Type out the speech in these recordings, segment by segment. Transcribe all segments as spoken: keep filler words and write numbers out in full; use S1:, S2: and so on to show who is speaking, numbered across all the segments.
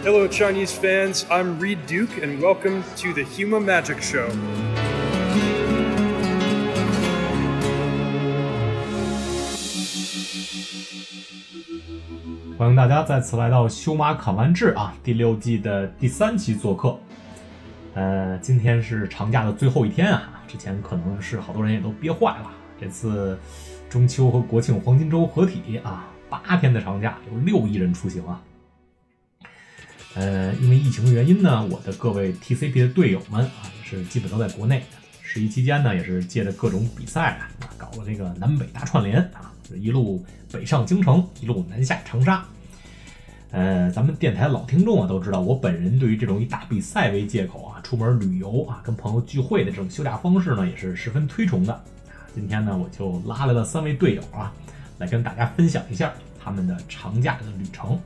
S1: Hello, Chinese fans. I'm Reed Duke, and welcome to the Huma Magic Show.
S2: 欢迎大家再次来到修马侃完志啊，第六季的第三期做客。呃，今天是长假的最后一天啊，之前可能是好多人也都憋坏了。这次中秋和国庆黄金周合体啊，八天的长假有六亿人出行啊。呃，因为疫情的原因呢，我的各位 T C P 的队友们啊，也是基本都在国内。十一期间呢，也是借着各种比赛啊，搞了这个南北大串联啊，一路北上京城，一路南下长沙。呃，咱们电台老听众啊都知道，我本人对于这种以打比赛为借口啊，出门旅游啊，跟朋友聚会的这种休假方式呢，也是十分推崇的。今天呢，我就拉来了三位队友啊，来跟大家分享一下他们的长假的旅程。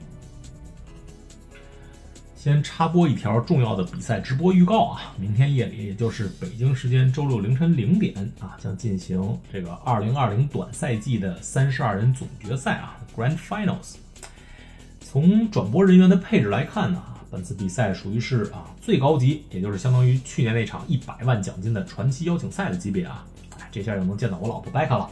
S2: 先插播一条重要的比赛直播预告啊，明天夜里，也就是北京时间周六凌晨零点啊，将进行这个二零二零短赛季的三十二人总决赛啊 Grand Finals。从转播人员的配置来看呢，本次比赛属于是啊最高级，也就是相当于去年那场一百万奖金的传奇邀请赛的级别啊，这下又能见到我老婆贝卡了。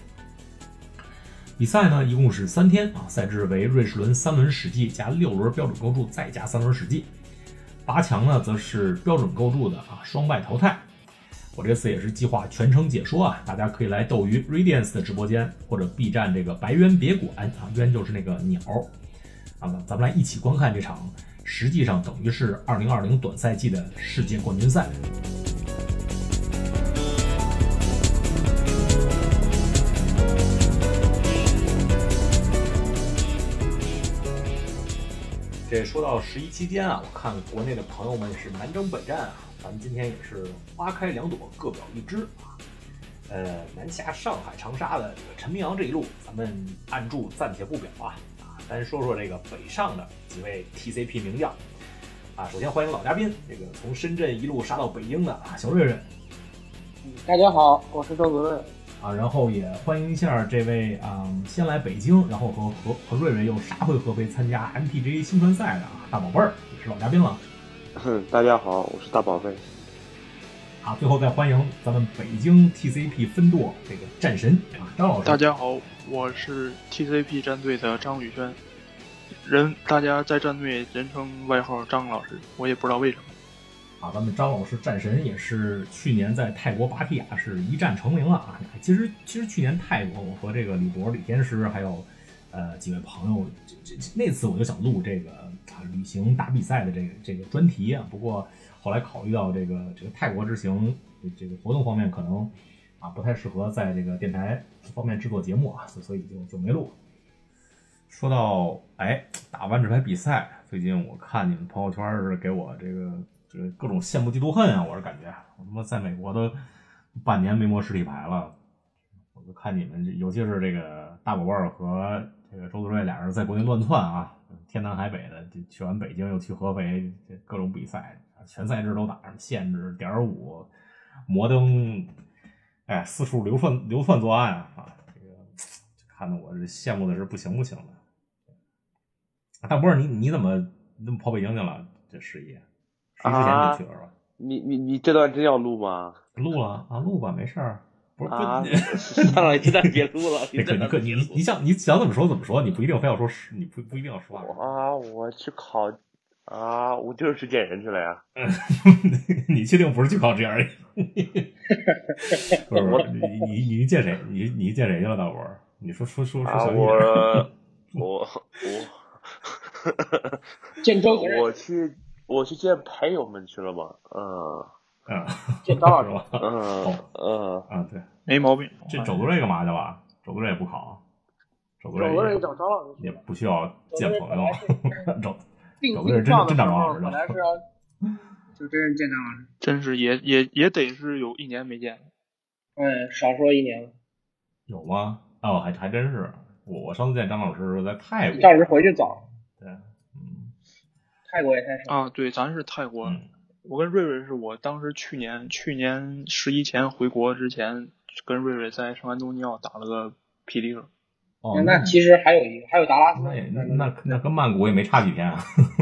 S2: 比赛呢，一共是三天啊，赛制为瑞士轮三轮史记加六轮标准构筑再加三轮史记。八强呢，则是标准构筑的啊双败淘汰。我这次也是计划全程解说啊，大家可以来斗鱼 Radiance 的直播间或者 B 站这个白渊别管啊，渊就是那个鸟啊，咱们来一起观看这场实际上等于是二零二零短赛季的世界冠军赛。这说到十一期间啊，我看国内的朋友们是南征北战啊，咱们今天也是花开两朵，各表一枝啊。呃，南下上海长沙的这个陈明阳这一路，咱们按住暂且不表啊啊，单说说这个北上的几位 T C P 名将啊。首先欢迎老嘉宾，这个从深圳一路杀到北京的啊小瑞瑞。
S3: 大家好，我是周泽瑞。
S2: 啊，然后也欢迎一下这位啊、嗯，先来北京，然后和和和瑞瑞又杀回合肥参加 M T G A 新传赛的啊大宝贝儿，也是老嘉宾了。
S4: 大家好，我是大宝贝。
S2: 啊，最后再欢迎咱们北京 T C P 分舵这个战神啊张老师。
S5: 大家好，我是 T C P 战队的张宇轩，人大家在战队人称外号张老师，我也不知道为什么。
S2: 啊，咱们张老师战神也是去年在泰国芭提雅是一战成名了啊。其实其实去年泰国我和这个李博、李天师还有呃几位朋友，这这那次我就想录这个啊旅行打比赛的这个这个专题啊。不过后来考虑到这个这个泰国之行这个活动方面可能啊不太适合在这个电台方面制作节目啊，所以就就没录。说到哎打完这牌比赛，最近我看你们朋友圈是给我这个。这个各种羡慕嫉妒恨啊！我是感觉我他妈在美国都半年没摸实体牌了，我就看你们，尤其是这个大宝贝儿和这个周子睿俩人在国内乱窜啊，天南海北的，就去完北京又去合肥，这各种比赛，全赛制都打上，限制点五，摩登，哎，四处流窜流窜作案啊！这个看得我是羡慕的是不行不行的。大波儿，你你怎么你怎么跑北京去了？这事业？谁之前就去了是吧？
S4: 啊、你你你这段真要录吗？
S2: 录了啊，录吧，没事儿。不是
S4: 啊，算了，你这段别录了。
S2: 你可你可你你想你想怎么说怎么说，你不一定非要说是，你不不一定要说
S4: 啊。我去考啊，我就是去见人去了呀。
S2: 你确定不是去考 G R E？ 不是不是，你你你见谁？你你见谁去了，大伙儿？你说说说说
S4: 啊，
S2: 小
S4: 我我我
S3: 见周泽瑞，
S4: 我去。我去见牌友们去了嘛，嗯，
S2: 嗯，
S3: 见张老师
S2: 吧，
S4: 嗯嗯
S2: 啊，对，
S5: 没毛病。
S2: 这周泽瑞干嘛去了？周泽瑞也不考，周泽
S3: 瑞找张老师
S2: 也不需要见朋友，周
S3: 周
S2: 泽瑞真真找张老师
S3: 本来是要就真是见张老师，
S5: 真是也也也得是有一年没见了，
S3: 嗯，少说一年了，
S2: 有吗？哦，还还真是，我我上次见张老师是在泰国，
S3: 张老师回去早，
S2: 对。
S3: 泰国也太少
S5: 啊！对，咱是泰国。
S2: 嗯、
S5: 我跟瑞瑞是我当时去年去年十一前回国之前，跟瑞瑞在圣安东尼奥打了个霹雳克。
S2: 哦，
S3: 那其实还有一个，还有达拉斯。
S2: 那也那那那跟曼谷也没差几天啊。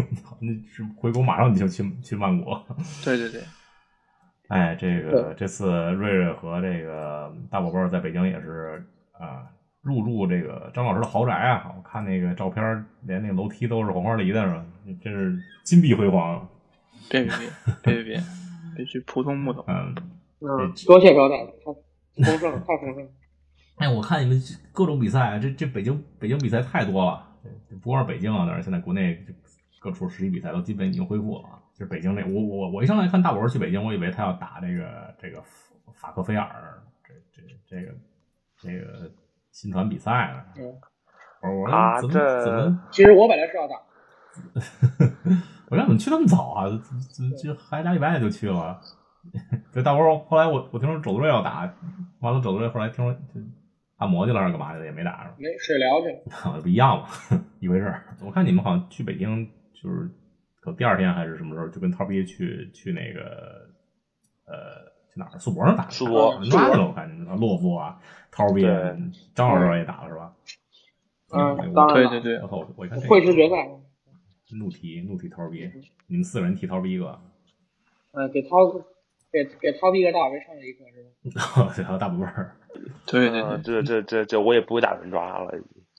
S2: 那是回国马上你就去去曼谷。
S5: 对对对。
S2: 哎，这个这次瑞瑞和这个大宝贝在北京也是啊、呃，入住这个张老师的豪宅啊！我看那个照片，连那个楼梯都是黄花梨的，是吧？真是金碧辉煌。
S5: 别别别别别别，别去普通木头。
S2: 嗯
S3: 嗯，多谢招待，太丰盛，太丰盛。
S2: 哎，我看你们各种比赛，这这北京北京比赛太多了，不光是北京啊，但是现在国内各处实际比赛都基本已经恢复了啊。就是北京这，我我我一上来看大宝去北京，我以为他要打这个这个法克菲尔这这这个这个新传比赛呢。
S3: 嗯，
S2: 我说怎么、啊、怎么？
S3: 其实我本来是要打。
S2: 我说怎么去那么早啊？怎么就还俩礼拜就去了？这大宝后来我我听说肘子队要打，完了肘子队后来听说就按摩去了，干嘛去了也没打上。
S3: 没水疗去
S2: 了。不一样嘛，一回事儿。我看你们好像去北京就是。可第二天还是什么时候，就跟涛逼去去那个呃去哪儿？苏博上打，
S4: 苏博
S2: 抓去了。我看洛夫啊，涛逼、张老师也打了是吧？
S3: 嗯，当然
S5: 对对对。
S2: 我操！我一看这
S3: 会师决赛，
S2: 怒踢怒踢涛逼，你们四个人踢涛逼一个。
S3: 嗯，给涛给给涛逼一个大围上了一课是吧？
S2: 对，还有大宝贝儿。
S5: 对对
S4: 对，这这这这我也不会打人抓了。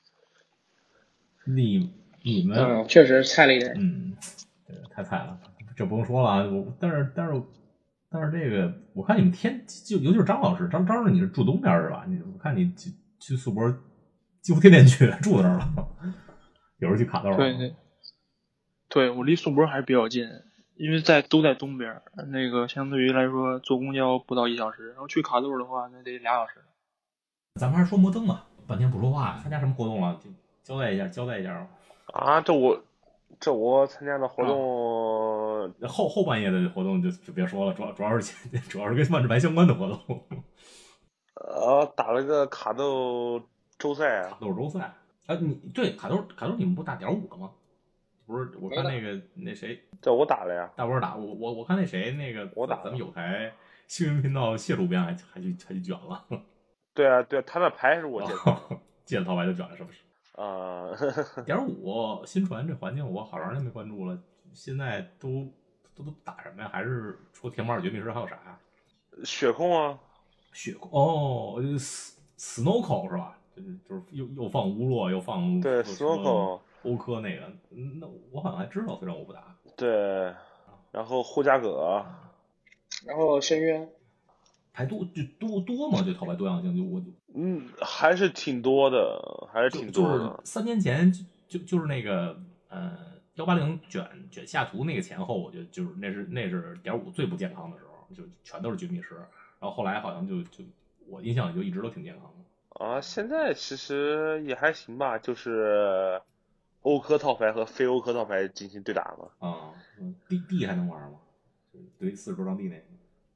S2: 你你们
S3: 嗯，确实菜了一点。
S2: 嗯。对，太菜了，这不用说了啊！我但是但是但是这个，我看你们天就尤其是张老师，张张老师你是住东边是吧？你我看你去去苏博几乎天天去，住那儿了，有时候去卡豆。
S5: 对对，对我离苏博还是比较近，因为在都在东边，那个相对于来说坐公交不到一小时，然后去卡豆的话那得俩小时。
S2: 咱们还是说摩登吧，半天不说话，参加什么活动了？就交代一下，交代一下
S4: 啊，这我。这我参加的活动、
S2: 啊、后后半夜的活动就就别说了，主要主要是主要是跟万智牌相关的活动。
S4: 呃，打了个卡豆周赛啊，
S2: 卡豆周赛。啊，你对卡豆卡豆你们不打点五了吗？不是，我看那个那谁，
S4: 这我打了呀，
S2: 大波打我我我看那谁那个
S4: 我打，
S2: 咱们有台新闻频道谢主编还还去还去卷了。
S4: 对啊对啊，他的牌是我借的，
S2: 借了套牌就卷了，是不是？
S4: 啊，
S2: 点五新传这环境我好长时间没关注了，现在都都都打什么呀？还是除铁马尔绝密师还有啥呀？
S4: 血控啊，
S2: 血控哦 ，Snowco 是吧？就是就是又又放乌洛又放
S4: 对 Snowco
S2: 欧科那个，那我好像还知道，虽然我不打。
S4: 对，然后霍加葛，
S3: 然后深渊。
S2: 牌多就多多嘛，这套牌多样性就我就
S4: 嗯还是挺多的，还是挺多的。
S2: 就是三年前就就就是那个呃幺八零卷卷下图那个前后，我觉得就是那是那是点五最不健康的时候，就全都是绝密师。然后后来好像就就我印象里就一直都挺健康的。
S4: 啊，现在其实也还行吧，就是欧科套牌和非欧科套牌进行对打嘛。
S2: 啊，地地还能玩吗？对，四十多张地那个。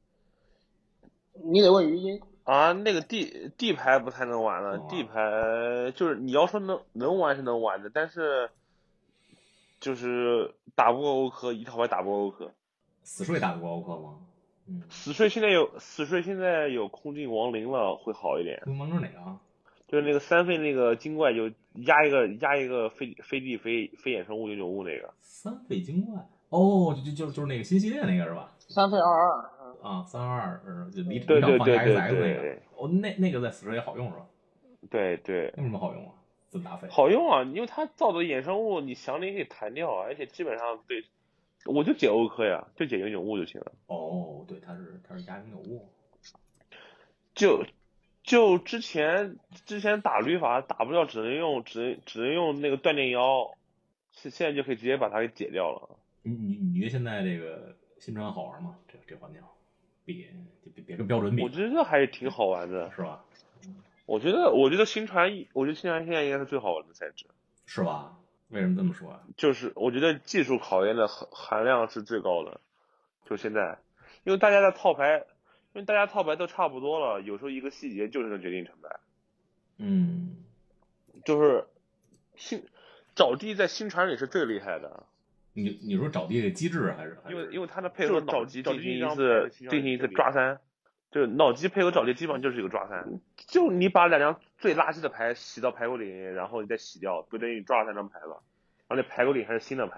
S3: 你得问余音
S4: 啊，那个地地牌不太能玩了，
S2: 哦、
S4: 地牌就是你要说能能玩是能玩的，但是就是打不过欧科，一套牌打不过欧科。
S2: 死睡打得过欧科吗？嗯，
S4: 死睡现在有死睡现在有空境亡灵了，会好一点。
S2: 空境亡灵是哪个啊？
S4: 就是那个三费那个精怪，就压一个压一个飞飞地飞飞衍生物九九物那个。
S2: 三费精怪哦，就就就就是那个新系列那个是吧？
S3: 三费二二。
S2: 啊，三二二就离
S4: 对对对对
S2: 那个，哦，那那个在死神也好用是吧？
S4: 对对。
S2: 为什么好用啊？这么大费？
S4: 好用啊，因为它造的衍生物你想你可以弹掉啊，而且基本上对，我就解欧科呀，就解永久物就行了。
S2: 哦，对，它是它是加永久物。
S4: 就就之前之前打律法打不掉，只能用只能只能用那个断电妖，现现在就可以直接把它给解掉了。
S2: 你你你觉得现在这个新传好玩吗？这这环境？比别别跟标准比，
S4: 我觉得还是挺好玩的，
S2: 是吧？
S4: 我觉得我觉得新传，我觉得新传现在应该是最好玩的赛制，
S2: 是吧？为什么这么说啊？
S4: 就是我觉得技术考验的含含量是最高的，就现在，因为大家的套牌，因为大家套牌都差不多了，有时候一个细节就是能决定成败。
S2: 嗯，
S4: 就是新找地在新传里是最厉害的。
S2: 你你说找地的机制还是？
S4: 因为因为它的配合脑机进行一次进行一次抓三，就是脑机配合找地基本上就是一个抓三，就你把两张最垃圾的牌洗到牌库里，然后你再洗掉，不等于抓了三张牌了，然后那牌库里还是新的牌，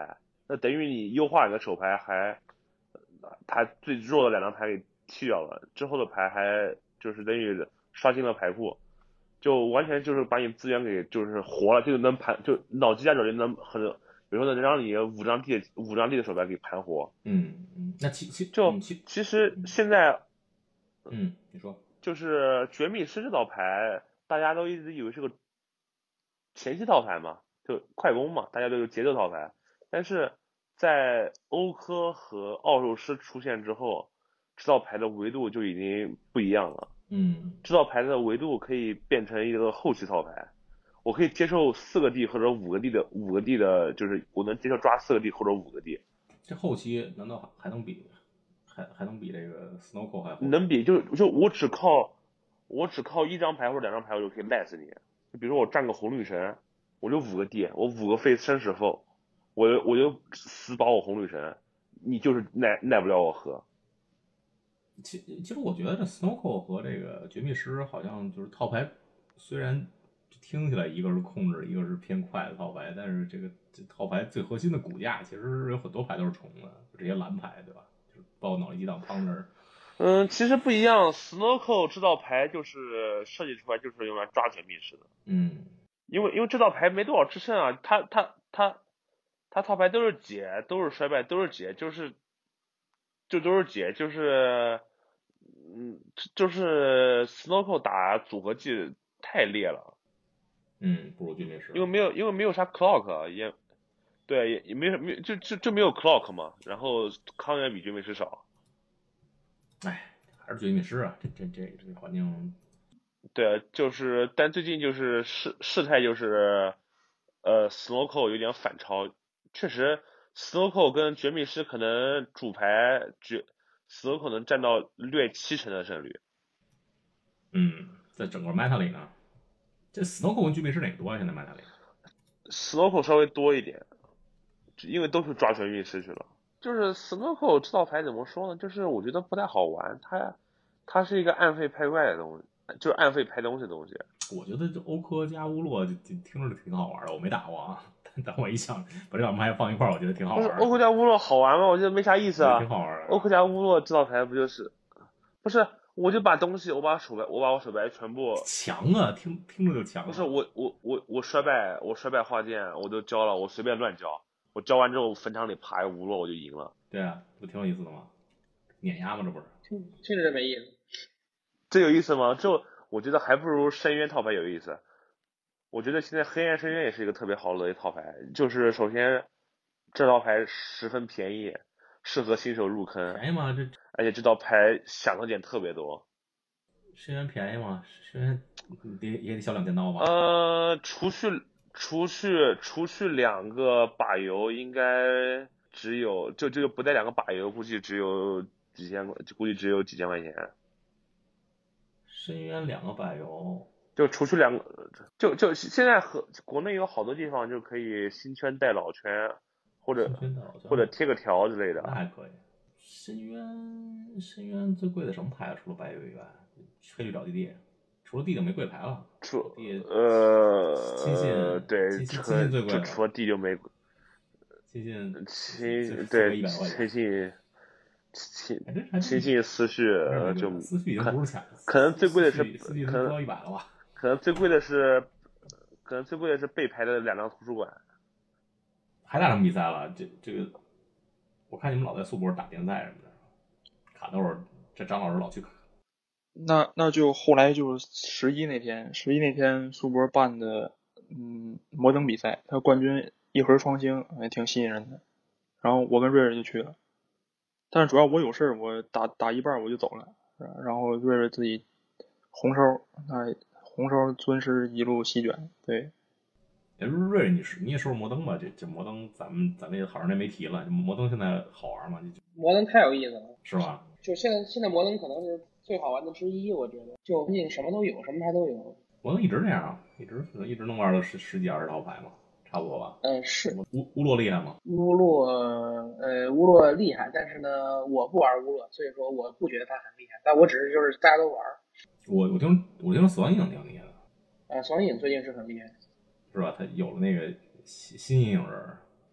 S4: 那等于你优化你的手牌还，它最弱的两张牌给去掉了，之后的牌还就是等于刷新了牌库，就完全就是把你资源给就是活了，就能盘就脑机加者就能很有时候能让你五张地五张地的手牌给盘活。
S2: 嗯嗯，那其其
S4: 就
S2: 嗯其
S4: 其实现在
S2: 嗯，你说
S4: 就是绝密师这套牌，大家都一直以为是个前期套牌嘛，就快攻嘛，大家都有节奏套牌。但是在欧科和奥兽师出现之后，这套牌的维度就已经不一样了。
S2: 嗯
S4: 这套牌的维度可以变成一个后期套牌，我可以接受四个 D 或者五个 D 的五个 D 的，就是我能接受抓四个 D 或者五个 D。
S2: 这后期难道还还能比还还能比这个 Snowco 还后期？
S4: 能比就就我只靠我只靠一张牌或者两张牌我就可以赖死你。就比如说我站个红绿神，我就五个 D， 我五个费生死后，我就我就死保我红绿神，你就是耐耐不了我喝。
S2: 其其实我觉得这 Snowco 和这个绝密师好像就是套牌，虽然听起来一个是控制，一个是偏快的套牌，但是这个这套牌最核心的骨架其实有很多牌都是重的，就这些蓝牌对吧？就是包括脑力激荡、Pounder。
S4: 嗯，其实不一样 ，Snowco 这套牌就是设计出来就是用来抓绝密师的。
S2: 嗯，
S4: 因为因为这套牌没多少制胜啊，他他他他套牌都是解，都是衰败，都是解，就是就都是解，就是嗯，就是 Snowco 打组合技太劣了。
S2: 嗯，不如绝密师。
S4: 因为没有因为没有啥 clock 也对也也没有没有就就就没有 clock 嘛，然后康也比绝密师少。
S2: 哎，还是绝密师啊，这这这这个环境。
S4: 对，就是但最近就是事事态就是呃 Snowco 有点反超，确实 Snowco 跟绝密师可能主牌绝 Snowco 能占到略七成的胜率。
S2: 嗯，在整个 meta 里呢，这 Snowco 跟绝密师哪个多啊？现在 meta 里
S4: Snowco 稍微多一点，因为都是抓绝密师去了。就是 Snowco 这套牌怎么说呢？就是我觉得不太好玩，它它是一个暗费派怪的东西，就是暗费派东西的东西。
S2: 我觉得这欧科加乌洛就就听着挺好玩的，我没打过啊，但我一想把这两牌放一块儿，我觉得挺好玩的。
S4: 不是欧科加乌洛好玩吗？我觉得没啥意思啊。
S2: 挺好玩的。
S4: 欧科加乌洛这套牌不就是，不是我就把东西，我把手牌，我把我手牌全部
S2: 强啊，听听着就强、啊。
S4: 不是我我我我衰败，我衰败化剑，我都交了，我随便乱交，我交完之后坟场里爬一乌洛我就赢了。
S2: 对啊，不挺有意思的吗？碾压吗？这不是？
S3: 听着没意思。
S4: 这有意思吗？这我觉得还不如深渊套牌有意思。我觉得现在黑暗深渊也是一个特别好的一套牌，就是首先这套牌十分便宜，适合新手入坑。
S2: 便宜吗？这
S4: 而且这套牌想的点特别多。
S2: 深渊便宜吗？深渊也也得小两千刀吧？
S4: 呃，除去除去除去两个把油，应该只有就就不带两个把油，估计只有几千块，估计只有几千块钱。
S2: 深渊两个把油。
S4: 就除去两个，就就现在和国内有好多地方就可以新圈带老圈，或者或者贴个条之类的。
S2: 那还可以。深渊深渊最贵的什么牌啊？除了白油以外，黑绿找地地，除了地就没贵牌了。
S4: 除
S2: 地
S4: 呃，
S2: 亲信
S4: 对，
S2: 亲信最贵了，
S4: 除了地就没。
S2: 亲信
S4: 亲对亲信。亲亲信思绪就
S2: 思绪已经不是钱，
S4: 可能最贵的是
S2: 思绪
S4: 可能
S2: 不到一百了吧？
S4: 可能最贵的是，可能最贵的是背牌的两张图书馆。
S2: 还打什么比赛了？这这个，我看你们老在苏博打联赛什么的，卡豆这张老师老去卡。
S5: 那那就后来就是十一那天，十一那天苏博办的嗯摩登比赛，他冠军一盒双星，还挺吸引人的。然后我跟瑞瑞就去了。但是主要我有事儿，我打打一半我就走了，然后瑞瑞自己红烧，那红烧尊师一路席卷，对。
S2: 瑞瑞，你是你也说说摩登吧？这这摩登，咱们咱这好长时间没提了。摩登现在好玩吗？
S3: 摩登太有意思了，
S2: 是吧？
S3: 就现在现在摩登可能是最好玩的之一，我觉得，就毕竟什么都有，什么牌都有。
S2: 摩登一直这样，一直一直能玩到十十几二十套牌嘛。差不多吧。
S3: 嗯，是。
S2: 乌乌洛厉害吗？
S3: 乌洛，呃，乌洛厉害，但是呢，我不玩乌洛，所以说我不觉得他很厉害。但我只是就是大家都玩。
S2: 我我听我听死亡阴影挺厉害的。
S3: 啊，死亡阴影最近是很厉害，
S2: 是吧？他有了那个新新阴影人。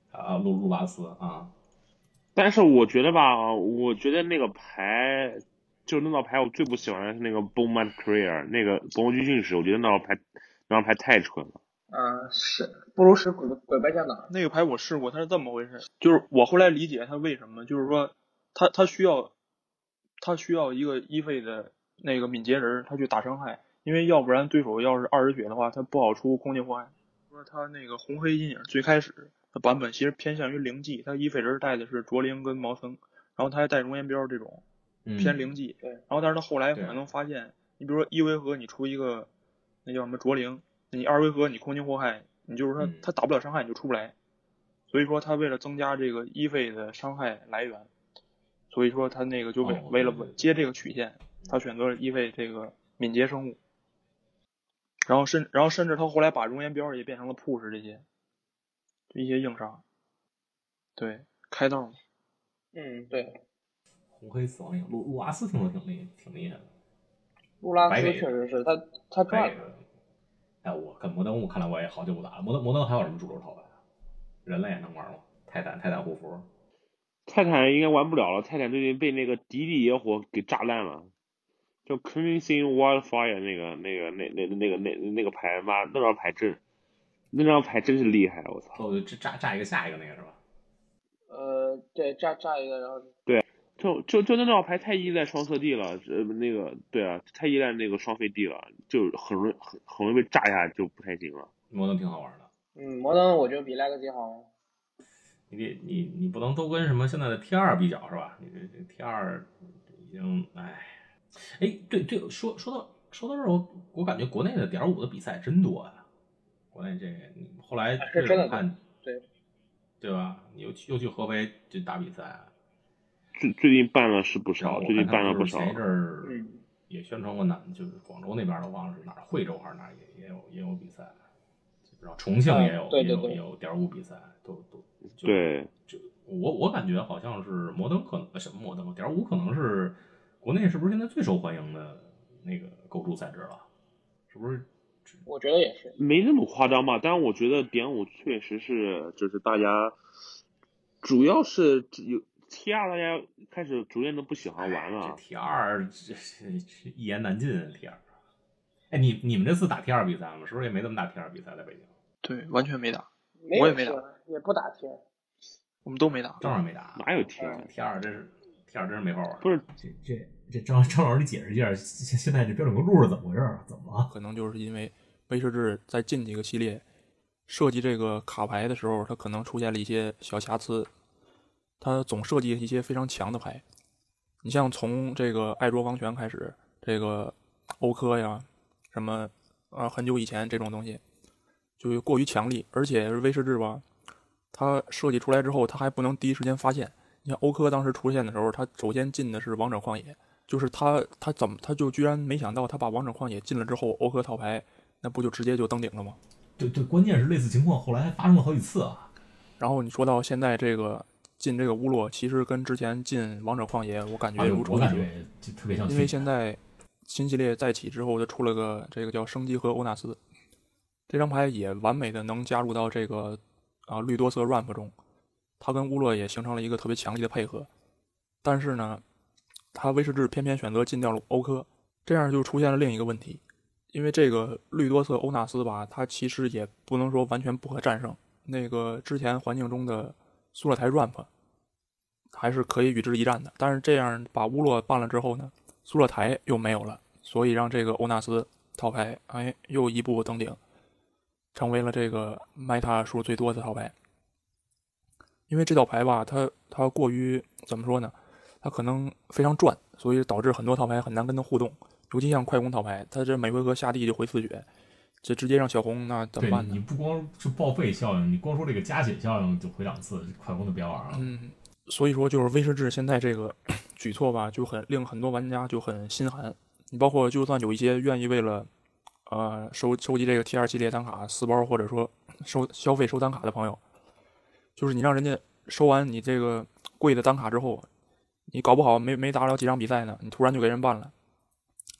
S2: 啊，路路拉斯啊，
S4: 但是我觉得吧，我觉得那个牌，就那套牌，我最不喜欢的是那个 Bowman Career，那个博物军训士，我觉得那套牌那套牌太蠢了。
S3: 嗯，是不如使鬼鬼白向导。
S5: 那个牌我试过，它是这么回事，就是我后来理解它为什么，就是说它它需要它需要一个一费的那个敏捷人，他去打伤害，因为要不然对手要是二十血的话，他不好出空气祸害。说他那个红黑阴影最开始的版本其实偏向于灵技，他一费人带的是卓灵跟毛僧，然后他还带熔岩标这种偏灵技，
S3: 对。
S5: 然后但是他后来可能发现，你比如说一回合你出一个那叫什么卓灵，你二回合你空气祸害，你就是说他打不了伤害你就出不来，所以说他为了增加这个一费的伤害来源，所以说他那个就为、
S2: 哦、
S5: 为了接这个曲线，他选择了一费这个敏捷生物。然后甚然后甚至他后来把熔岩标也变成了 push 这些，一些硬伤，对，开道嘛。
S3: 嗯，对。
S2: 红黑死亡影，路路拉斯听说挺厉挺厉害的。
S3: 路拉斯确实是他他赚了。
S2: 哎，我跟摩登，我看来我也好久不打了。摩登摩登还有什么主流套牌？人类能玩吗？泰坦泰坦护符。
S4: 泰坦应该玩不了了，泰坦最近被那个迪迪野火给炸烂了。就 Crimson Wildfire 那个那个那那那个那那个牌，妈那张牌真，那张牌真是厉害，我操！
S2: 哦，这炸炸一个下一个那个是吧？
S3: 呃，对，炸炸一个，然后
S4: 对，就就就那张牌太依赖双色地了，呃，那个对啊，太依赖那个双飞地了，就很容易很很容易被炸一下，就不太行了。
S2: 摩登挺好玩的。
S3: 嗯，摩登我觉得比 Legacy 好玩。
S2: 你得你你不能都跟什么现在的 T 二比较是吧？你这这 T 二已经哎。哎，对对，说说到说到这儿，我我感觉国内的点五的比赛真多呀、啊。国内这后来
S3: 是真的
S2: 看，
S3: 对
S2: 对吧？你又去又去合肥就打比赛，
S4: 最最近办了是不少，最近办了不少。
S2: 前一阵儿也宣传过南，就是广州那边的，忘了是哪儿，惠州还是哪儿也也有也有比赛，不知道重庆也有、
S3: 嗯、对对对
S2: 也有也有点五比赛，都都
S4: 对。
S2: 就我我感觉好像是摩登可能什么摩登点五可能是。国内是不是现在最受欢迎的那个构筑赛制了？是不是？
S3: 我觉得也是，
S4: 没那么夸张吧。但是我觉得点五确实是，就是大家主要是有 T 二，大家开始逐渐都不喜欢玩了。
S2: 哎、这 T 二这一言难尽 ，T 二。哎，你你们这次打 T 二比赛吗？是不是也没怎么打 T 二比赛在北京？
S5: 对，完全没打，
S3: 没
S5: 我也没打，
S3: 也不打 T 二，
S5: 我们都没打，
S2: 正好没打。
S4: 哪有 T 二
S2: ？T 二真是 T 二真是没法玩。
S4: 不是
S2: 这这这张张老师，你解释一下，现现在这标准格路是怎么回事？怎么了？
S5: 可能就是因为威士忌在近几个系列设计这个卡牌的时候，它可能出现了一些小瑕疵。它总设计一些非常强的牌，你像从这个爱卓王权开始，这个欧科呀，什么啊，很久以前这种东西就过于强力，而且威士忌吧，它设计出来之后，它还不能第一时间发现。你像欧科当时出现的时候，它首先进的是王者旷野，就是他他怎么他就居然没想到他把王者旷野进了之后，欧科套牌那不就直接就登顶了吗？
S2: 对对，关键是类似情况后来还发生了好几次啊。
S5: 然后你说到现在这个进这个乌洛，其实跟之前进王者旷野，我感觉如出一辙，
S2: 就特别像。
S5: 因为现在新系列再起之后，就出了个这个叫生机和欧纳斯，这张牌也完美的能加入到这个啊绿多色 ramp 中，它跟乌洛也形成了一个特别强力的配合。但是呢，他威士忌偏偏选择禁掉了欧科，这样就出现了另一个问题，因为这个绿多色欧纳斯吧，它其实也不能说完全不可战胜。那个之前环境中的苏勒台 ramp 还是可以与之一战的，但是这样把乌洛办了之后呢，苏勒台又没有了，所以让这个欧纳斯套牌哎又一步登顶，成为了这个 meta 数最多的套牌。因为这套牌吧，它它过于怎么说呢？它可能非常转，所以导致很多套牌很难跟它互动。尤其像快攻套牌，它这每回合下地就回四血，这直接让小红那怎么办呢？
S2: 你不光是报废效应，你光说这个加血效应就回两次，快攻就别玩了。
S5: 嗯，所以说就是威士忌现在这个举措吧，就很令很多玩家就很心寒。你包括就算有一些愿意为了呃收收集这个 T 二 系列单卡四包，或者说收消费收单卡的朋友，就是你让人家收完你这个贵的单卡之后，你搞不好没没打了几场比赛呢，你突然就给人办了，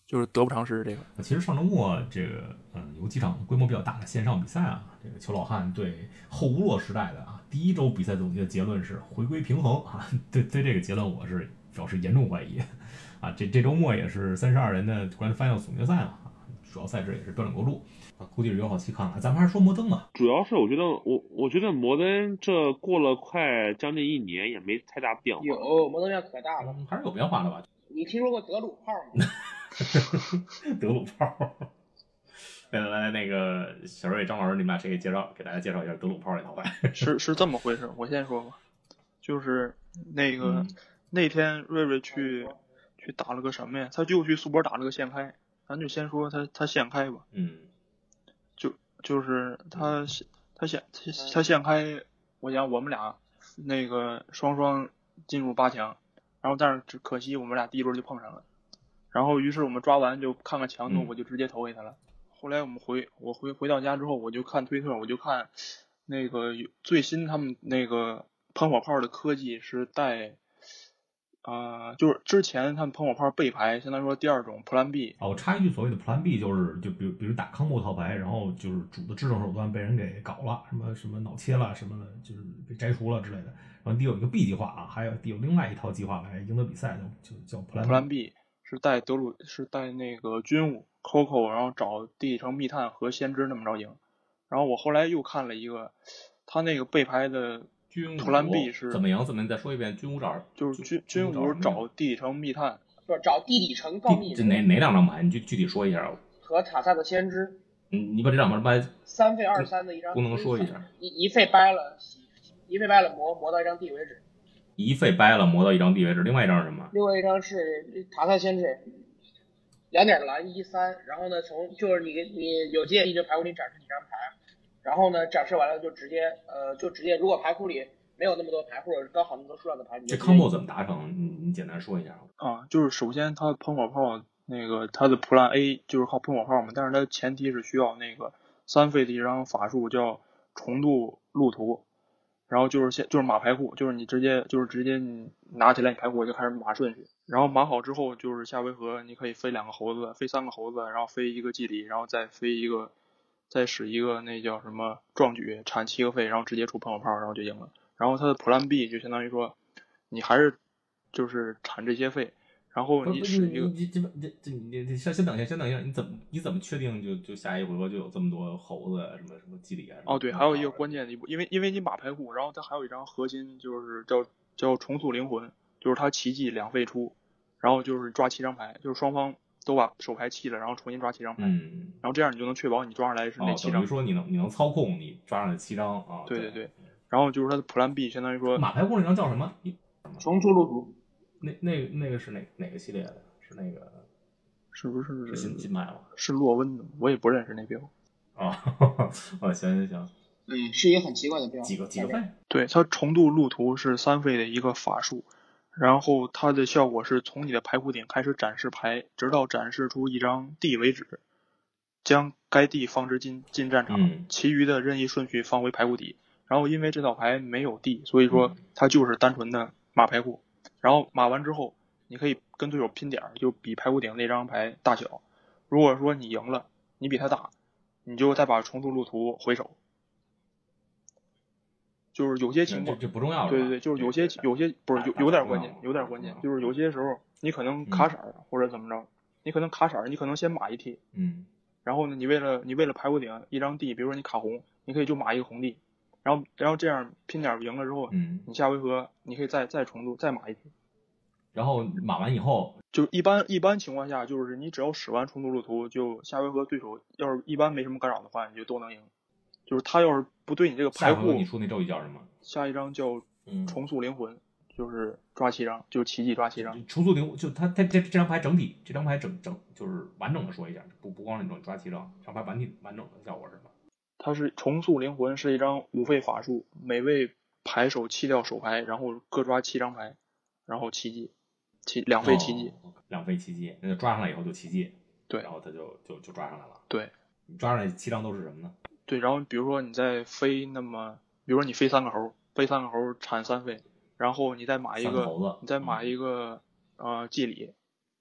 S5: 就是得不偿失这个。
S2: 其实上周末这个嗯有几场规模比较大的线上比赛啊，这个裘老汉对后乌洛时代的啊第一周比赛总结的结论是回归平衡啊，对对这个结论我是表示严重怀疑啊。这这周末也是三十二人的 Grand Final 总决赛嘛，啊，主要赛事也是标准国路啊，估计是有好戏看看。咱们还是说摩登吧。
S4: 主要是我觉得我我觉得摩登这过了快将近一年也没太大变化。
S3: 有摩登变可大了，
S2: 嗯，还是有变化的吧？
S3: 你听说过德鲁炮吗？
S2: 德鲁炮。来来来，那个小瑞、张老师，你们俩谁给介绍给大家介绍一下德鲁炮这套牌？
S5: 是是这么回事，我先说吧，就是那个、
S2: 嗯、
S5: 那天瑞瑞去去打了个什么呀？他就去苏博打了个线开，咱就先说他他线开吧。
S2: 嗯，
S5: 就就是他他线他他线开，我想我们俩那个双双进入八强，然后但是只可惜我们俩第一轮就碰上了，然后于是我们抓完就看看强度，
S2: 嗯、
S5: 我就直接投给他了。后来我们回我回回到家之后，我就看推特，我就看那个最新他们那个喷火炮的科技是带啊、呃，就是之前他们喷火炮背牌，相当于说第二种 Plan B。
S2: 哦，我插一句，所谓的 Plan B 就是就比如比如打 combo 套牌，然后就是主的制胜手段被人给搞了，什么什么脑切了什么的，就是被摘除了之类的。然后得有一个 B 计划啊，还有得有另外一套计划来赢得比赛，就就叫 Plan
S5: Plan B 是带德鲁是带那个军武 Coco， 然后找地底层密探和先知那么着赢。然后我后来又看了一个，他那个背牌的
S2: 军武
S5: Plan B 是
S2: 怎么赢？怎么你再说一遍？军武找
S5: 就是军军武找地底层密探，
S3: 不是找地底层告密。
S2: 这哪哪两张牌？你具具体说一下。
S3: 和塔萨的先知。
S2: 嗯，你把这两张牌
S3: 三费二三的一张，
S2: 功能说一下。
S3: 一一费掰了，一费掰了磨磨到一张地为止。
S2: 一费掰了磨到一张地为止，另外一张是什么？
S3: 另外一张是塔萨先知，两点蓝一三，然后呢，从就是你你有建议就牌库里展示几张牌，然后呢展示完了就直接呃就直接，如果牌库里没有那么多牌，或者是刚好那么多数量的牌，你
S2: 这 combo 怎么达成？你你简单说一下
S5: 啊。就是首先它喷火炮那个它的 Plan A 就是靠喷火炮嘛，但是它前提是需要那个三费的一张法术叫重度路途。然后就是现就是码牌库，就是你直接就是直接你拿起来你牌库就开始码顺序，然后码好之后就是下回合你可以飞两个猴子，飞三个猴子，然后飞一个祭礼，然后再飞一个，再使一个那叫什么壮举，产七个费，然后直接出喷火炮，然后就赢了。然后它的 Plan B 就相当于说，你还是就是产这些费。然后你使一个，
S2: 你这这这你你先先等一下，先等一下，你怎么你怎么确定就就下一回合就有这么多猴子什么什么祭礼啊？
S5: 哦，对，还有一个关键的一步，因为因为你码牌库，然后它还有一张核心，就是叫叫重塑灵魂，就是它奇迹两费出，然后就是抓七张牌，就是双方都把手牌弃了，然后重新抓七张牌，
S2: 嗯，
S5: 然后这样你就能确保你抓上来是那七张。
S2: 哦，等于说你能你能操控你抓上来七张啊？
S5: 对对对，然后就是它的 Plan B 相当于说
S2: 码牌库那张叫什么？
S3: 重塑路途。
S2: 那那那个是哪哪个系列的？是那个
S5: 是不是
S2: 是新新买吗？
S5: 是洛温的，我也不认识那标。
S2: 啊，哦，行行行，
S3: 嗯，是一个很奇怪的标。
S2: 几个几个费？
S5: 对，它重度路途是三费的一个法术，然后它的效果是从你的牌库顶开始展示牌，直到展示出一张地为止，将该地放置进进战场，
S2: 嗯，
S5: 其余的任意顺序放回牌库底。然后因为这套牌没有地，所以说它就是单纯的码牌库。然后码完之后，你可以跟对手拼点，就比牌库顶那张牌大小。如果说你赢了，你比他大，你就再把重塑路途回手。就是有些情况，
S2: 这这不重要了。
S5: 对对对，就是有些有些不是有有点关键，有点关键，就是有些时候你可能卡色或者怎么着，你可能卡色，你可能先码一替，
S2: 嗯，
S5: 然后呢，你为了你为了牌库顶一张地，比如说你卡红，你可以就码一个红地。然后，然后这样拼点赢了之后，
S2: 嗯，
S5: 你下回合你可以再再重组再码一题，
S2: 然后码完以后，
S5: 就一般一般情况下，就是你只要使完重组路途，就下回合对手要是一般没什么干扰的话，你就都能赢。就是他要是不对你这个牌库，
S2: 你出那咒语叫什么？
S5: 下一张叫重塑灵魂，嗯、就是抓七张，就是奇迹抓七张。
S2: 重塑灵就他他这这张牌整体，这张牌整整就是完整的说一下，不不光是那种抓七张，这张牌完体完整的效果是什么？
S5: 它是重塑灵魂，是一张五费法术，每位牌手弃掉手牌，然后各抓七张牌，然后奇迹，奇两费奇迹，
S2: 哦、两费奇迹，那就抓上来以后就奇迹，
S5: 对，
S2: 然后他就就就抓上来了，
S5: 对，
S2: 你抓上来七张都是什么呢？
S5: 对，然后比如说你再飞那么，比如说你飞三个猴，飞三个猴产三费，然后你再码一个，
S2: 猴子
S5: 你再码一个、嗯、呃祭礼，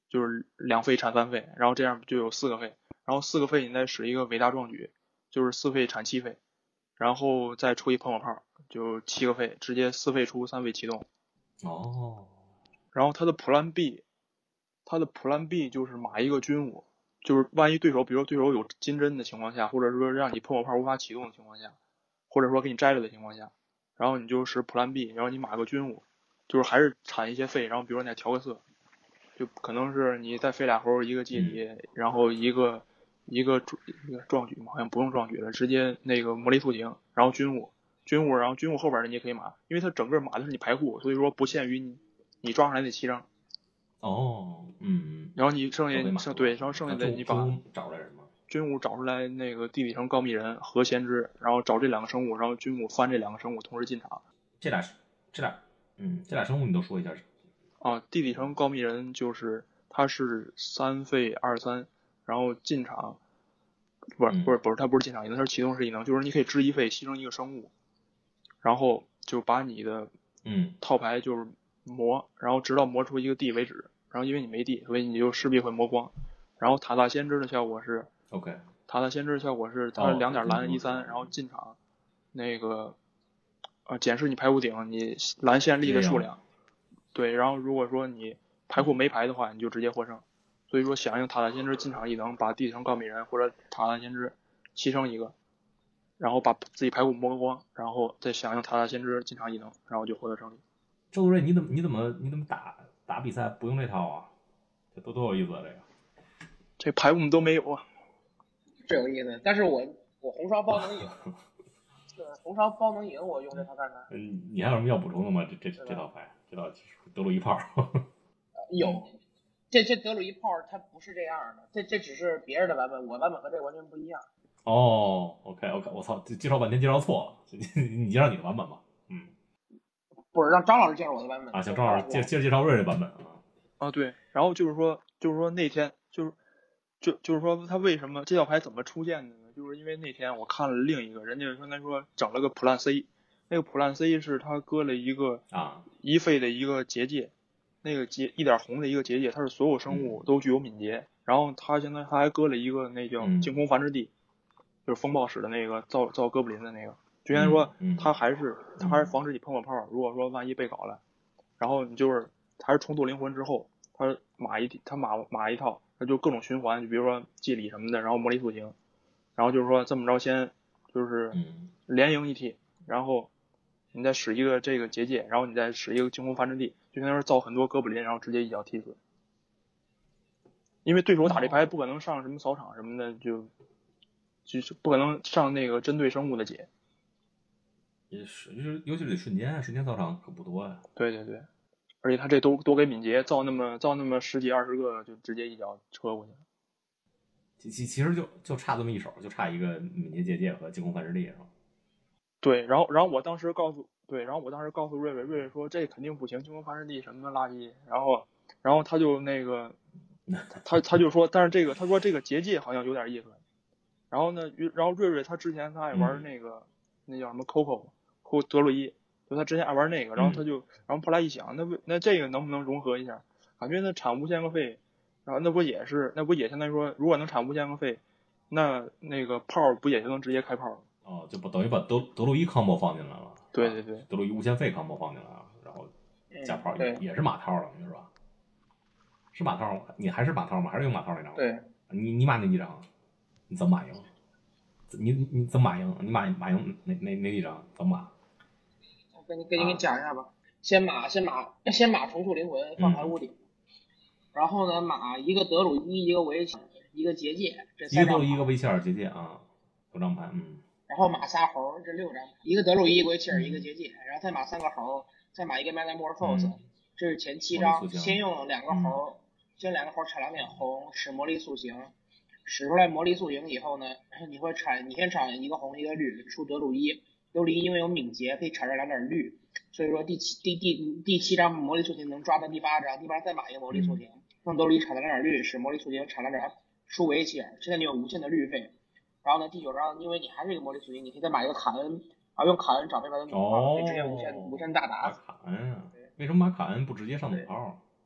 S5: 就是两费产三费，然后这样就有四个费，然后四个费你再使一个伟大壮举，就是四费产七费，然后再出一喷火炮，就七个费，直接四费出三费启动。
S2: 哦，
S5: 然后它的 Plan B， 它的 Plan B 就是码一个军武，就是万一对手，比如说对手有金针的情况下，或者说让你喷火炮无法启动的情况下，或者说给你摘了的情况下，然后你就使 Plan B， 然后你码个军武，就是还是产一些费，然后比如说你再调个色，就可能是你再飞俩猴一个祭礼，
S2: 嗯、
S5: 然后一个一个一个壮举嘛，好像不用壮举了，直接那个魔力塑形，然后军武军武，然后军武后边的你也可以码，因为它整个码的是你排库，所以说不限于你你抓上来那七张。
S2: 哦，嗯，
S5: 然后你剩下剩对，然后剩下的你把
S2: 找出来什么？
S5: 军武找出来那个地底层高密人和先知，然后找这两个生物，然后军武翻这两个生物同时进场。
S2: 这俩这俩嗯这俩生物你都说一下。
S5: 啊，地底层高密人就是他是三费二三，然后进场不是不是不是他不是进场异能，他是启动式异能，就是你可以支一费牺牲一个生物，然后就把你的
S2: 嗯
S5: 套牌就是磨，然后直到磨出一个地为止，然后因为你没地，所以你就势必会磨光。然后塔塔先知的效果是
S2: OK，
S5: 塔塔先知的效果是它两点蓝一三，然后进场那个呃检视你排库顶你蓝线力的数量，对，然后如果说你排库没排的话，你就直接获胜。所以说响应塔塔先知进场异能，把地层告密人或者塔塔先知牺牲一个，然后把自己排库磨光，然后再响应塔塔先知进场异能，然后就获得胜利。
S2: 周主任，你怎么你怎么你怎么打打比赛不用这套啊？这多多有意思啊！这个
S5: 这排我们都没有啊，
S3: 这有意思。但是我我红烧包能赢，对，红烧包能赢，我用这套干啥？
S2: 嗯，你还有什么要补充的吗？这这这套牌，这套德鲁伊炮。
S3: 有，这这德鲁伊炮它不是这样的，这这只是别人的版本，我版本和这完全不一样。
S2: 哦 ，OK OK， 我操，介绍半天介绍错了，你介绍你的版本吧。嗯，
S3: 不是让张老师介绍我的版本
S2: 啊，行，张老师接接着介绍瑞瑞版本啊。
S5: 啊对，然后就是说就是说那天就是就就是说他为什么这套牌怎么出现的呢？就是因为那天我看了另一个人家说他说整了个 Plan C， 那个 Plan C 是他搁了一个
S2: 啊
S5: 一费的一个结界，那个结一点红的一个结界，它是所有生物都具有敏捷，嗯、然后他现在他还搁了一个那叫净空繁殖地，嗯、就是风暴使的那个造造哥布林的那个，就相当于说他还是他还是防止你喷火炮，如果说万一被搞了，然后你就是还是重塑灵魂之后，他码一他码码一套，那就各种循环，就比如说祭礼什么的，然后魔力塑形，然后就是说这么着先就是连赢一替，然后你再使一个这个结界，然后你再使一个净空繁殖地，就相当于造很多哥布林，然后直接一脚踢死。因为对手打这牌不可能上什么扫场什么的，就就是不可能上那个针对生物的解。
S2: 也是，就是尤其是瞬间，瞬间扫场可不多呀。
S5: 对对对，而且他这都多给敏捷，造那么造那么十几二十个，就直接一脚车过去了。
S2: 其其其实就就差这么一手，就差一个敏捷结界和净空繁殖地，是吧？
S5: 对，然后然后我当时告诉对，然后我当时告诉瑞瑞，瑞瑞说这肯定不行，净空繁殖地什么垃圾，然后然后他就那个他他就说，但是这个他说这个结界好像有点意思。然后呢，然后瑞瑞他之前他爱玩那个、嗯、那叫什么 Coco 或德鲁伊，就他之前爱玩那个，然后他就、嗯、然后后来一想，那不那这个能不能融合一下？感觉那产无限个费，然后那不也是那不也相当于说，如果能产无限个费，那那个炮不也就能直接开炮了？
S2: 哦，就不等于把德德鲁伊 combo 放进来了。
S5: 对对对，
S2: 德鲁伊无限费 combo 放进来了，然后加炮也、嗯、也是马套了，是吧？是马套吗？你还是马套吗？还是用马套那张？
S3: 对，
S2: 你你码哪几张？你怎么码赢？你你怎么码赢？你码码赢哪哪哪几张？怎么码？
S3: 我跟你跟你给你讲一下吧。啊、先码先码先码重塑灵魂放排屋顶，嗯、然后呢码一个德鲁伊，一个维切尔，一个结界，这三张。
S2: 一个德鲁伊，一个维切尔结界啊，五张牌，嗯。
S3: 然后码仨猴，这六张，一个德鲁伊，一个维切尔，一个结界，然后再码三个猴，再码一个 Metamorphose，、嗯、这是前七张。先用两个猴，嗯、先两个猴产两点红，使魔力塑形。使出来魔力塑形以后呢，你会产，你先产一个红一个绿，出德鲁伊。德鲁伊因为有敏捷，可以产出两点绿，所以说第七第第第七张魔力塑形能抓到第八张，第八张再码一个魔力塑形，用德鲁伊产了两点绿，使魔力塑形产了两点出维切尔，现在你有无限的绿费。然后呢，第九张因为你还是一个魔力属性，你可以再买一个卡恩，然后用卡恩找对面的弩炮，可以直接无限无限大打。
S2: 卡恩啊？为什么买卡恩不直接上弩炮？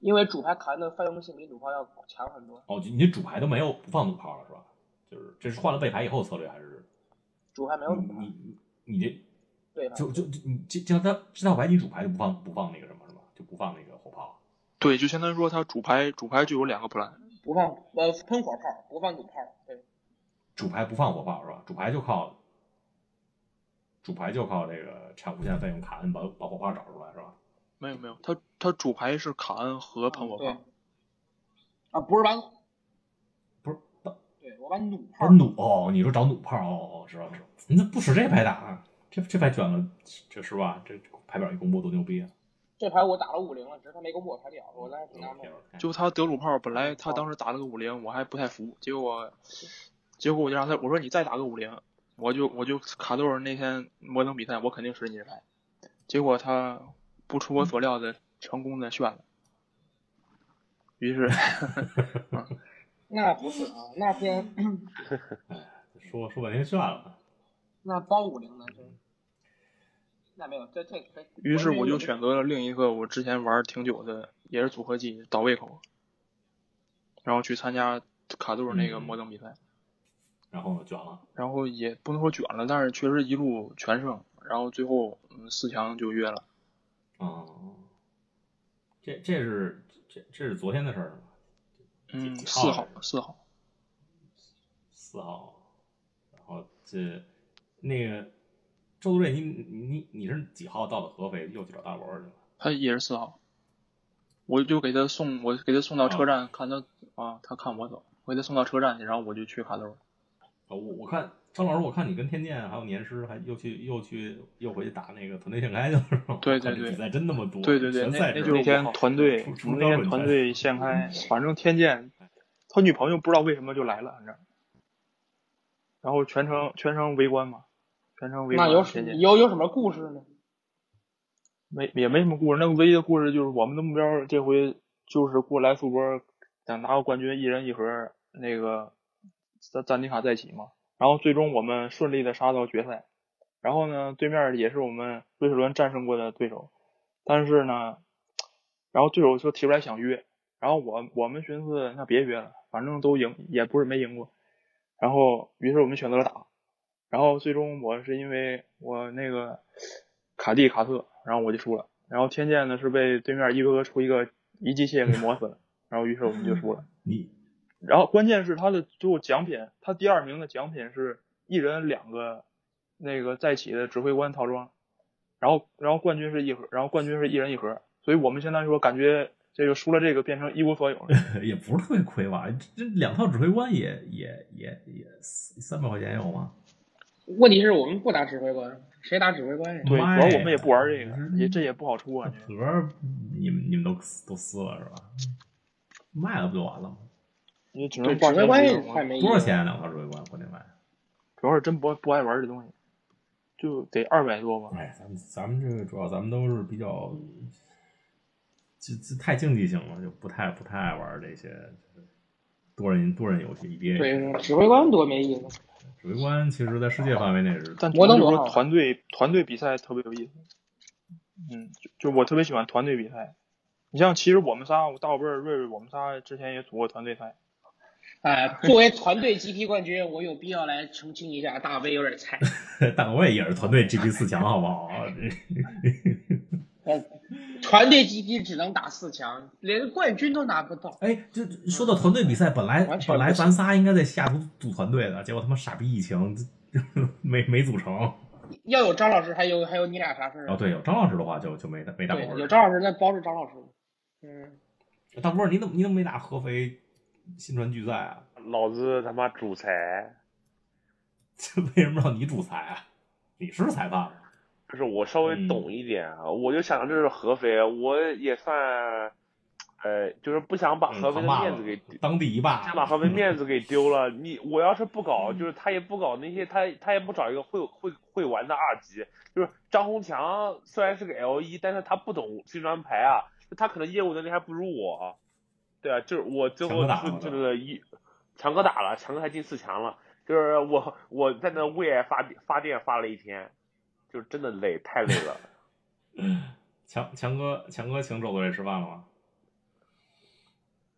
S3: 因为主牌卡恩的泛用性比弩炮要强很多。
S2: 哦，你主牌都没有不放弩炮了是吧？就是这是换了背牌以后策略还是？
S3: 主牌没有弩炮。
S2: 你你你这
S3: 对
S2: 就就你这这他这套牌你主牌就不放不放那个什么是吧？就不放那个火炮。
S5: 对，就相当于说他主牌主牌就有两个 plan，
S3: 不放呃喷火炮，不放弩炮。对，
S2: 主牌不放火炮是吧？主牌就靠主牌就靠这个产无限费用卡恩把把火炮找出来是吧？
S5: 没有没有，他他主牌是卡恩和喷火炮。
S3: 对啊，不是把
S2: 不是，
S3: 对我把弩炮。
S2: 弩哦，你说找弩炮哦哦，知道知道。你怎么不使这牌打啊？这这牌卷了，这是吧？这牌表一公布多牛逼啊！
S3: 这牌我打了五零了，只是他没公布我牌表，我当时挺纳闷。
S5: 就他德鲁炮，本来他当时打了个五零，我还不太服，结果结果我就让他我说你再打个五零，我就我就卡豆那天摩登比赛我肯定使你这牌，结果他不出我所料的成功的炫了，于是
S3: 那不是啊，那天
S2: 说说半天炫了，
S3: 那包五零呢？就那没有，这这可以。
S5: 于是我就选择了另一个我之前玩挺久的，也是组合技倒胃口，然后去参加卡杜尔那个摩登比赛，
S2: 嗯、然后卷了，
S5: 然后也不能说卷了，但是确实一路全胜，然后最后嗯四强就约了。
S2: 哦、嗯，这这是这这是昨天的事儿吗？
S5: 嗯，四号四号
S2: 四号，然后这那个。周督瑞，你你你是几号到的合肥？又去找大罗去了？
S5: 他也是四号，我就给他送，我给他送到车站，啊、看他啊，他看我走，我给他送到车站去，然后我就去卡兜。
S2: 哦，我我看张老师，我看你跟天剑还有年师还又去又去又回去打那个团队线开去了，是吧？
S5: 对对对，
S2: 比赛真那么多。
S5: 对对对，那那就是那天团队，我们那天团队线开，反正天剑他女朋友不知道为什么就来了，反正，然后全程全程围观嘛。全程围观。
S3: 那有有有什么故事呢？
S5: 没也没什么故事，那个唯一的故事就是我们的目标这回就是过来苏波想拿个冠军，一人一盒那个赞迪卡再起嘛。然后最终我们顺利的杀到决赛，然后呢对面也是我们瑞士轮战胜过的对手，但是呢，然后对手就提出来想约，然后我我们寻思那别约了，反正都赢也不是没赢过，然后于是我们选择了打。然后最终我是因为我那个卡蒂卡特，然后我就输了。然后天剑呢是被对面一个个出一个一机械给磨死了，然后于是我们就输了。
S2: 你，
S5: 然后关键是他的最后奖品，他第二名的奖品是一人两个那个再起的指挥官套装，然后然后冠军是一盒，然后冠军是一人一盒，所以我们相当于说感觉这个输了这个变成一无所有了。
S2: 也不是特别亏吧？这两套指挥官也也也也三百块钱有吗？
S3: 问题是我们不打指挥官，谁打指挥官呀？
S5: 对，主要我们也不玩这个，也这也不好出啊。
S2: 盒你们你们都都撕了是吧？卖了不就完了吗？
S5: 也只能
S3: 指挥官也太没意思。
S2: 多少钱两套指挥官国内卖？
S5: 主要是真不不爱玩这东西，就得二百多吧。
S2: 哎，咱们咱们这个主要咱们都是比较，这这太竞技性了，就不太不太爱玩这些多人多人游戏。
S3: 对，指挥官多没意思。
S2: 指挥官其实在世界范围内是，
S5: 但我能说团队团队比赛特别有意思。嗯，就就我特别喜欢团队比赛。你像其实我们仨，我大宝贝儿、瑞瑞，我们仨之前也组过团队赛。
S3: 哎，作为团队 G P 冠军，我有必要来澄清一下，大威有点菜。
S2: 大威也是团队 G P 四强，好不好？
S3: 团队 G P 只能打四强，连冠军都拿不到。
S2: 哎，这说到团队比赛，本来本来咱仨应该在下组组团队的，结果他妈傻逼疫情没没组成。
S3: 要有张老师，还有还有你俩啥事儿？
S2: 哦，对，有张老师的话就就没没打。
S3: 对，有张老师那包是张老师。嗯，
S2: 大波，你怎么你怎么没打合肥新传巨赛啊？
S4: 老子他妈主裁。
S2: 这为什么让你主裁啊？你是裁判吗？
S4: 不是，我稍微懂一点啊，嗯、我就想这是合肥，我也算，呃，就是不想把合肥的面子给、
S2: 嗯、当第一霸，
S4: 想把合肥面子给丢了。你我要是不搞，就是他也不搞那些，他他也不找一个会会会玩的二级，就是张宏强虽然是个 L 一，但是他不懂新传牌啊，他可能业务能力还不如我。对啊，就是我最后就是就是一强哥打了，强哥还进四强了，就是我我在那为爱发发电发了一天。就真的累，太累了。
S2: 强强哥，强哥请周队吃饭了吗？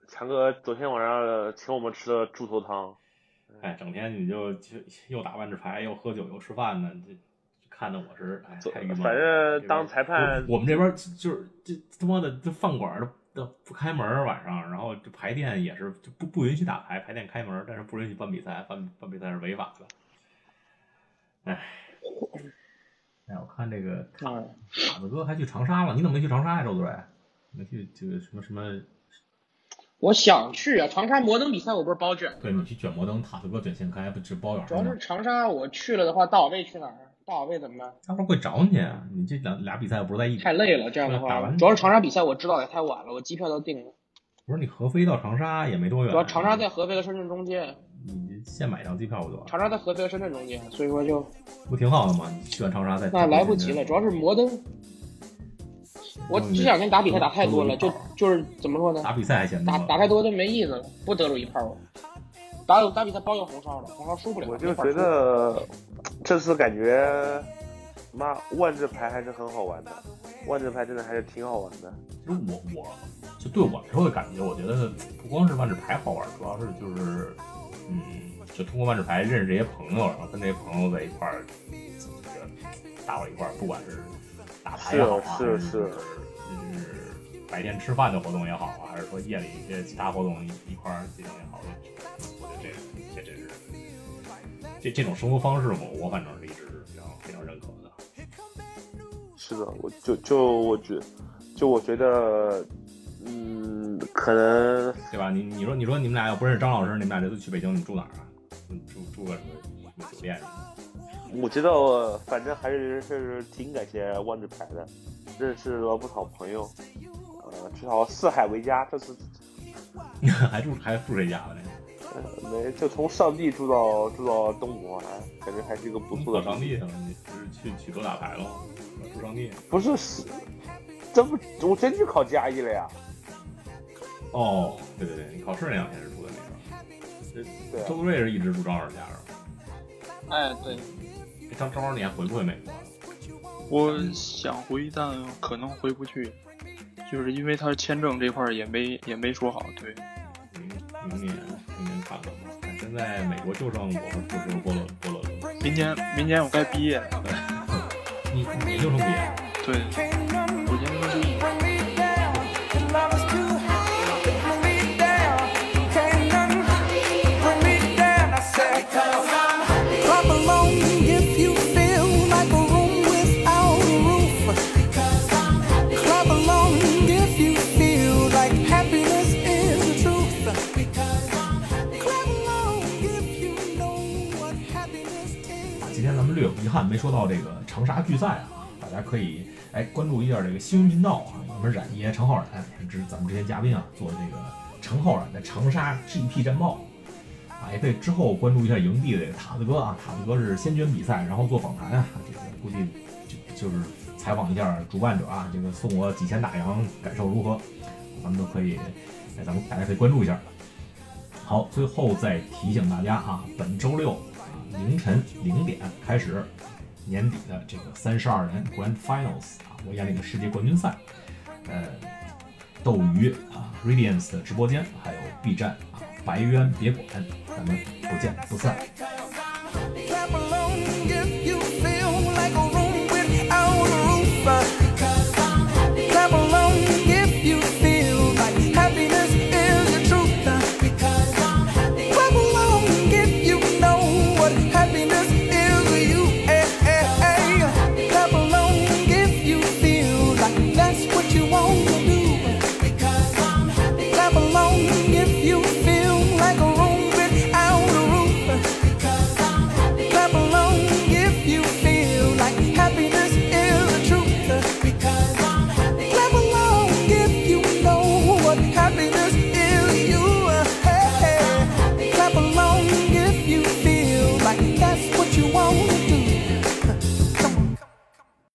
S4: 强哥昨天晚上请我们吃的猪头汤。
S2: 哎，整天你就就又打万智牌，又喝酒，又吃饭的，这看的我是哎太郁闷了。
S4: 反正当裁判，
S2: 我们这边就是这他妈的这饭馆都都不开门晚上，然后这牌店也是就不不允许打牌，牌店开门，但是不允许办比赛，办办比赛是违法的。哎，哎，我看这个塔塔子哥还去长沙了，你怎么没去长沙呀，周队？没去这个什么什么？
S3: 我想去啊，长沙摩登比赛我不是包卷。
S2: 对，你去卷摩登，塔子哥卷现开，不是包圆。
S3: 主要是长沙我去了的话，大宝贝去哪儿？大宝贝怎么办？
S2: 大伙会找你啊！你这两俩比赛不是在一
S3: 太累了，这样的话，
S2: 打完
S3: 主要是长沙比赛我知道也太晚了，我机票都订了。
S2: 不是你合肥到长沙也没多远，
S3: 主要长沙在合肥和深圳中间。
S2: 你现买张机票不就完？
S3: 长沙在合肥和深圳中间，所以说就
S2: 不挺好的吗？你去完长沙再
S3: 那来不及了，主要是摩登。我这两天打比赛打太多了，就就是怎么说呢？
S2: 打比赛还嫌
S3: 打打太多就没意思了，不得鲁一炮。打打比赛包有红烧了，红烧输不了。
S4: 我就觉得这次感觉，妈万智牌还是很好玩的，万智牌真的还是挺好玩的。
S2: 其实我我就对我来说的感觉，我觉得不光是万智牌好玩，主要是就是嗯，就通过万智牌认识这些朋友，然后跟这些朋友在一块儿，这个打到一块儿，不管是打牌也好啊，
S4: 是是是，
S2: 就是白天吃饭的活动也好啊，还是说夜里一些其他活动一一块儿进行也好，我觉得这这真是这这种生活方式，我我反正是一直是比较非常认可的。
S4: 是的，我就就我觉就我觉得，嗯，可能
S2: 对吧？你你说你说你们俩要不认识张老师，你们俩这次去北京，你住哪儿啊？住住个什么什么酒店什么的？
S4: 我觉得反正还是是挺感谢万智牌的，认识了不少朋友，呃，至少四海为家，这次
S2: 还住还住谁家了呢？
S4: 呃，没就从上地住到住到东吴，还感觉还是一个不错的
S2: 上地上，你是去去多打牌了？住上地？
S4: 不是是，这不我真去考嘉义了呀？
S2: 哦，对对对，你考试那两天是住的那个，
S4: 对、啊，
S2: 周瑞是一直住张老师家是吧？
S3: 哎，对。
S2: 张张老师你还回不回美国？
S5: 我想回，但可能回不去，就是因为他签证这块也没也没说好。对，
S2: 明明年明年看看吧。现在美国就剩我和就剩波罗波罗了。
S5: 明年明年我该毕业了。
S2: 对，你你研究生毕业？
S5: 对，我研究生毕业。
S2: 略有遗憾没说到这个长沙巨赛啊，大家可以哎关注一下这个新闻频道啊，我们冉爷常浩冉是咱们之前嘉宾啊做这个常浩冉的长沙 G P 战报啊，也可以之后关注一下营地的这个塔子哥啊，塔子哥是先卷比赛，然后做访谈啊，这个估计就就是采访一下主办者啊，这个送我几千大洋感受如何，咱们都可以，哎，咱们大家可以关注一下。好，最后再提醒大家啊，本周六凌晨零点开始，年底的这个三十二人 Grand Finals 啊，我眼里的世界冠军赛，呃，斗鱼啊 Radiance 的直播间，还有 B 站啊，白渊别管，咱们不见不散。